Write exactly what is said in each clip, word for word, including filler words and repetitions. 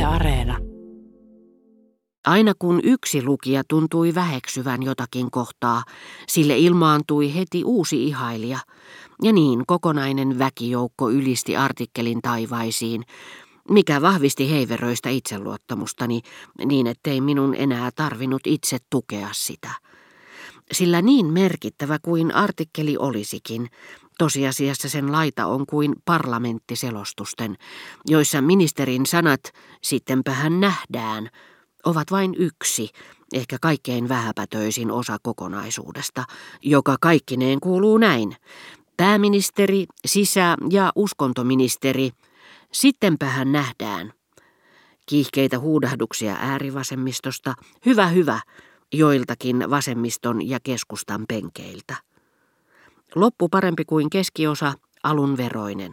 Areena. Aina kun yksi lukija tuntui väheksyvän jotakin kohtaa, sille ilmaantui heti uusi ihailija, ja niin kokonainen väkijoukko ylisti artikkelin taivaisiin, mikä vahvisti heiveröistä itseluottamustani niin, ettei minun enää tarvinnut itse tukea sitä. Sillä niin merkittävä kuin artikkeli olisikin, tosiasiassa sen laita on kuin parlamenttiselostusten, joissa ministerin sanat "sittenpähän nähdään" ovat vain yksi, ehkä kaikkein vähäpätöisin osa kokonaisuudesta, joka kaikkineen kuuluu näin. Pääministeri, sisä- ja uskontoministeri, sittenpähän nähdään. Kiihkeitä huudahduksia äärivasemmistosta, hyvä hyvä, joiltakin vasemmiston ja keskustan penkeiltä. Loppu parempi kuin keskiosa, alun veroinen.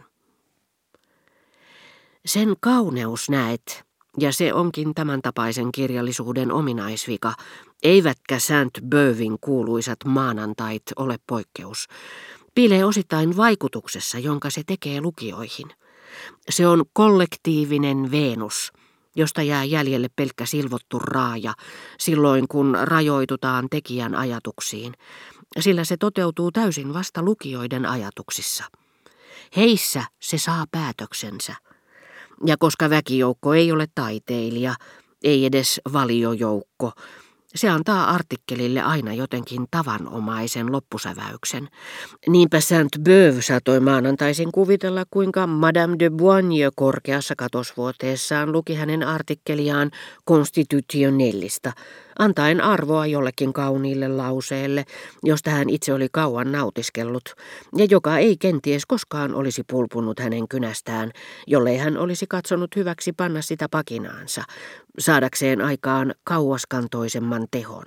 Sen kauneus näet, ja se onkin tämän tapaisen kirjallisuuden ominaisvika, eivätkä Saint-Beuvin kuuluisat maanantait ole poikkeus, piilee osittain vaikutuksessa, jonka se tekee lukijoihin. Se on kollektiivinen Venus, josta jää jäljelle pelkkä silvottu raaja silloin, kun rajoitutaan tekijän ajatuksiin, sillä se toteutuu täysin vasta lukijoiden ajatuksissa. Heissä se saa päätöksensä. Ja koska väkijoukko ei ole taiteilija, ei edes valiojoukko, se antaa artikkelille aina jotenkin tavanomaisen loppusäväyksen. Niinpä Saint-Beuve satoi maanantaisin kuvitella, kuinka Madame de Boigne korkeassa katosvuoteessaan luki hänen artikkeliaan konstitutionellista, antaen arvoa jollekin kauniille lauseelle, josta hän itse oli kauan nautiskellut, ja joka ei kenties koskaan olisi pulpunut hänen kynästään, jollei hän olisi katsonut hyväksi panna sitä pakinaansa, saadakseen aikaan kauaskantoisemman tehon.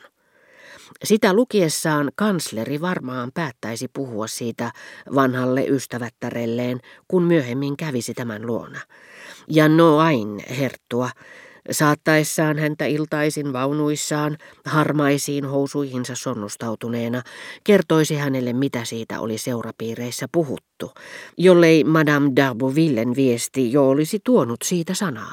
Sitä lukiessaan kansleri varmaan päättäisi puhua siitä vanhalle ystävättärelleen, kun myöhemmin kävisi tämän luona. Ja Noain herttua, saattaessaan häntä iltaisin vaunuissaan harmaisiin housuihinsa sonnustautuneena, kertoisi hänelle, mitä siitä oli seurapiireissä puhuttu, jollei Madame d'Arbovillen viesti jo olisi tuonut siitä sanaa.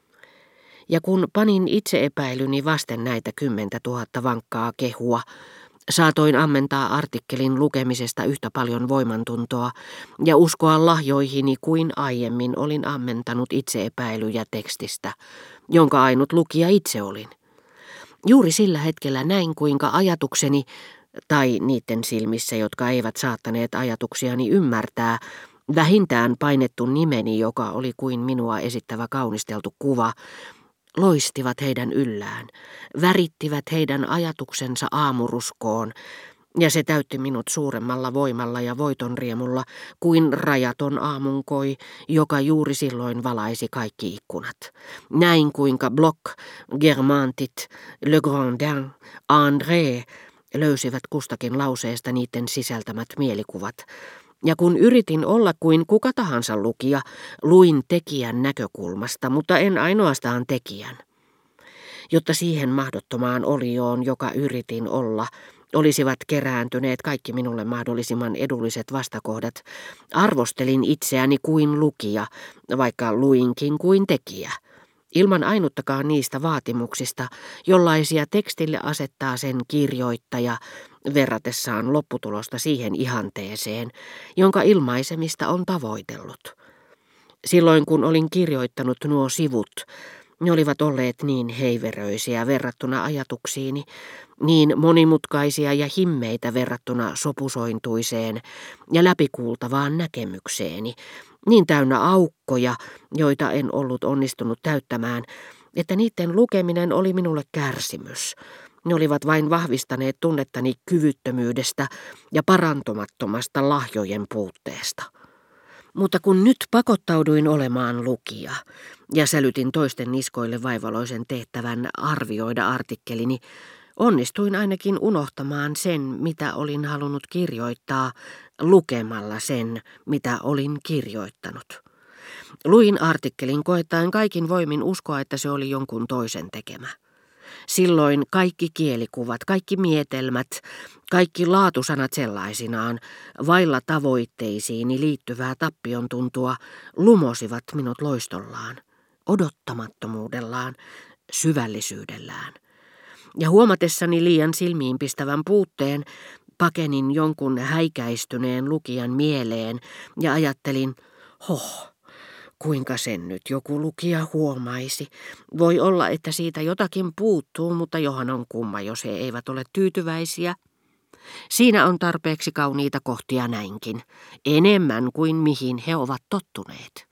Ja kun panin itseepäilyni vasten näitä kymmentä tuhatta vankkaa kehua, saatoin ammentaa artikkelin lukemisesta yhtä paljon voimantuntoa ja uskoa lahjoihini kuin aiemmin olin ammentanut itseepäilyjä tekstistä, jonka ainut lukija itse olin. Juuri sillä hetkellä näin, kuinka ajatukseni, tai niiden silmissä, jotka eivät saattaneet ajatuksiani ymmärtää, vähintään painettu nimeni, joka oli kuin minua esittävä kaunisteltu kuva, loistivat heidän yllään, värittivät heidän ajatuksensa aamuruskoon, ja se täytti minut suuremmalla voimalla ja voitonriemulla kuin rajaton aamunkoi, joka juuri silloin valaisi kaikki ikkunat. Näin kuinka Bloch, Germantit, Le Grandin, André löysivät kustakin lauseesta niiden sisältämät mielikuvat, ja kun yritin olla kuin kuka tahansa lukija, luin tekijän näkökulmasta, mutta en ainoastaan tekijän. Jotta siihen mahdottomaan olioon, joka yritin olla, olisivat kerääntyneet kaikki minulle mahdollisimman edulliset vastakohdat, arvostelin itseäni kuin lukija, vaikka luinkin kuin tekijä, ilman ainuttakaan niistä vaatimuksista, jollaisia tekstille asettaa sen kirjoittaja verratessaan lopputulosta siihen ihanteeseen, jonka ilmaisemista on tavoitellut. Silloin kun olin kirjoittanut nuo sivut, ne olivat olleet niin heiveröisiä verrattuna ajatuksiini, niin monimutkaisia ja himmeitä verrattuna sopusointuiseen ja läpikuultavaan näkemykseeni, niin täynnä aukkoja, joita en ollut onnistunut täyttämään, että niiden lukeminen oli minulle kärsimys. Ne olivat vain vahvistaneet tunnettani kyvyttömyydestä ja parantumattomasta lahjojen puutteesta. Mutta kun nyt pakottauduin olemaan lukija ja sälytin toisten niskoille vaivaloisen tehtävän arvioida artikkelini, onnistuin ainakin unohtamaan sen, mitä olin halunnut kirjoittaa, lukemalla sen, mitä olin kirjoittanut. Luin artikkelin koettaen kaikin voimin uskoa, että se oli jonkun toisen tekemä. Silloin kaikki kielikuvat, kaikki mietelmät, kaikki laatusanat sellaisinaan, vailla tavoitteisiini liittyvää tappion tuntua, lumosivat minut loistollaan. odottamattomuudellaan, syvällisyydellään. Ja huomatessani liian silmiinpistävän puutteen, pakenin jonkun häikäistyneen lukijan mieleen ja ajattelin, hoh, kuinka sen nyt joku lukija huomaisi. Voi olla, että siitä jotakin puuttuu, mutta johan on kumma, jos he eivät ole tyytyväisiä. Siinä on tarpeeksi kauniita kohtia näinkin, enemmän kuin mihin he ovat tottuneet.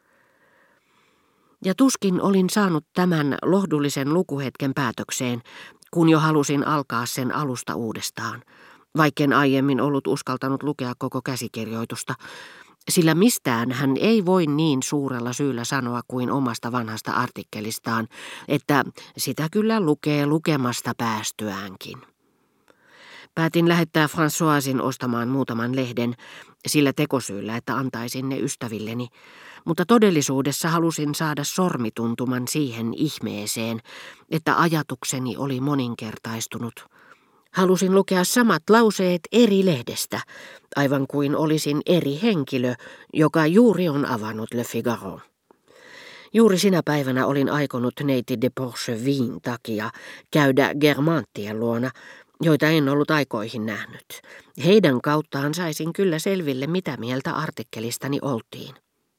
Ja tuskin olin saanut tämän lohdullisen lukuhetken päätökseen, kun jo halusin alkaa sen alusta uudestaan, vaikken aiemmin ollut uskaltanut lukea koko käsikirjoitusta, sillä mistään hän ei voi niin suurella syyllä sanoa kuin omasta vanhasta artikkelistaan, että sitä kyllä lukee lukemasta päästyäänkin. Päätin lähettää Françoisin ostamaan muutaman lehden sillä tekosyyllä, että antaisin ne ystävilleni, mutta todellisuudessa halusin saada sormituntuman siihen ihmeeseen, että ajatukseni oli moninkertaistunut. Halusin lukea samat lauseet eri lehdestä, aivan kuin olisin eri henkilö, joka juuri on avannut Le Figaro. Juuri sinä päivänä olin aikonut neiti de Porchevin takia käydä Guermanttien luona, joita en ollut aikoihin nähnyt. Heidän kauttaan saisin kyllä selville, mitä mieltä artikkelistani oltiin.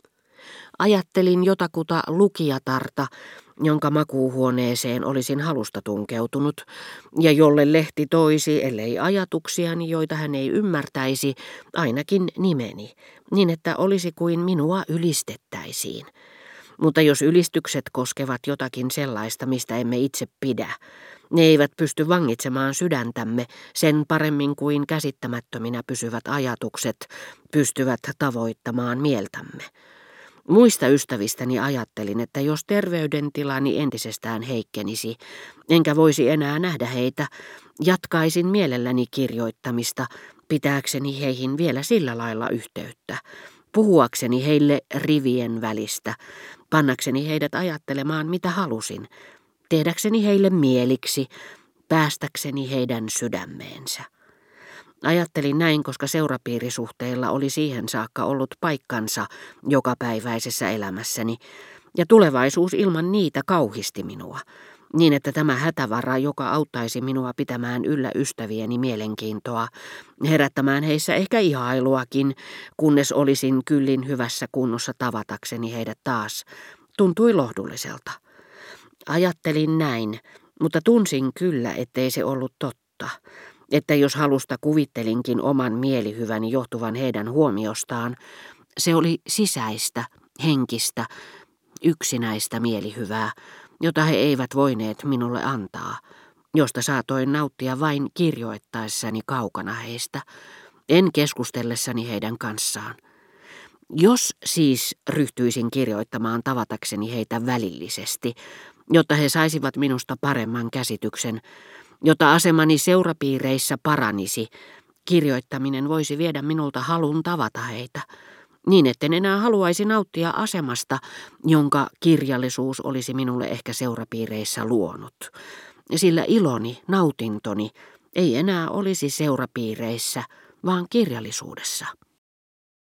Ajattelin jotakuta lukijatarta, jonka makuuhuoneeseen olisin halusta tunkeutunut, ja jolle lehti toisi, ellei ajatuksiani, joita hän ei ymmärtäisi, ainakin nimeni, niin että olisi kuin minua ylistettäisiin. Mutta jos ylistykset koskevat jotakin sellaista, mistä emme itse pidä, ne eivät pysty vangitsemaan sydäntämme sen paremmin kuin käsittämättöminä pysyvät ajatukset pystyvät tavoittamaan mieltämme. Muista ystävistäni ajattelin, että jos terveydentilani entisestään heikkenisi, enkä voisi enää nähdä heitä, jatkaisin mielelläni kirjoittamista, pitääkseni heihin vielä sillä lailla yhteyttä, puhuakseni heille rivien välistä, pannakseni heidät ajattelemaan mitä halusin, tehdäkseni heille mieliksi, päästäkseni heidän sydämeensä. Ajattelin näin, koska seurapiirisuhteilla oli siihen saakka ollut paikkansa jokapäiväisessä elämässäni, ja tulevaisuus ilman niitä kauhisti minua, niin että tämä hätävara, joka auttaisi minua pitämään yllä ystävieni mielenkiintoa, herättämään heissä ehkä ihailuakin, kunnes olisin kyllin hyvässä kunnossa tavatakseni heidät taas, tuntui lohdulliselta. Ajattelin näin, mutta tunsin kyllä, ettei se ollut totta. Että jos halusta kuvittelinkin oman mielihyväni johtuvan heidän huomiostaan, se oli sisäistä, henkistä, yksinäistä mielihyvää, jota he eivät voineet minulle antaa, josta saatoin nauttia vain kirjoittaessani kaukana heistä, en keskustellessani heidän kanssaan. Jos siis ryhtyisin kirjoittamaan tavatakseni heitä välillisesti, jotta he saisivat minusta paremman käsityksen, jotta asemani seurapiireissä paranisi, kirjoittaminen voisi viedä minulta halun tavata heitä, niin etten enää haluaisi nauttia asemasta, jonka kirjallisuus olisi minulle ehkä seurapiireissä luonut. Sillä iloni, nautintoni ei enää olisi seurapiireissä, vaan kirjallisuudessa.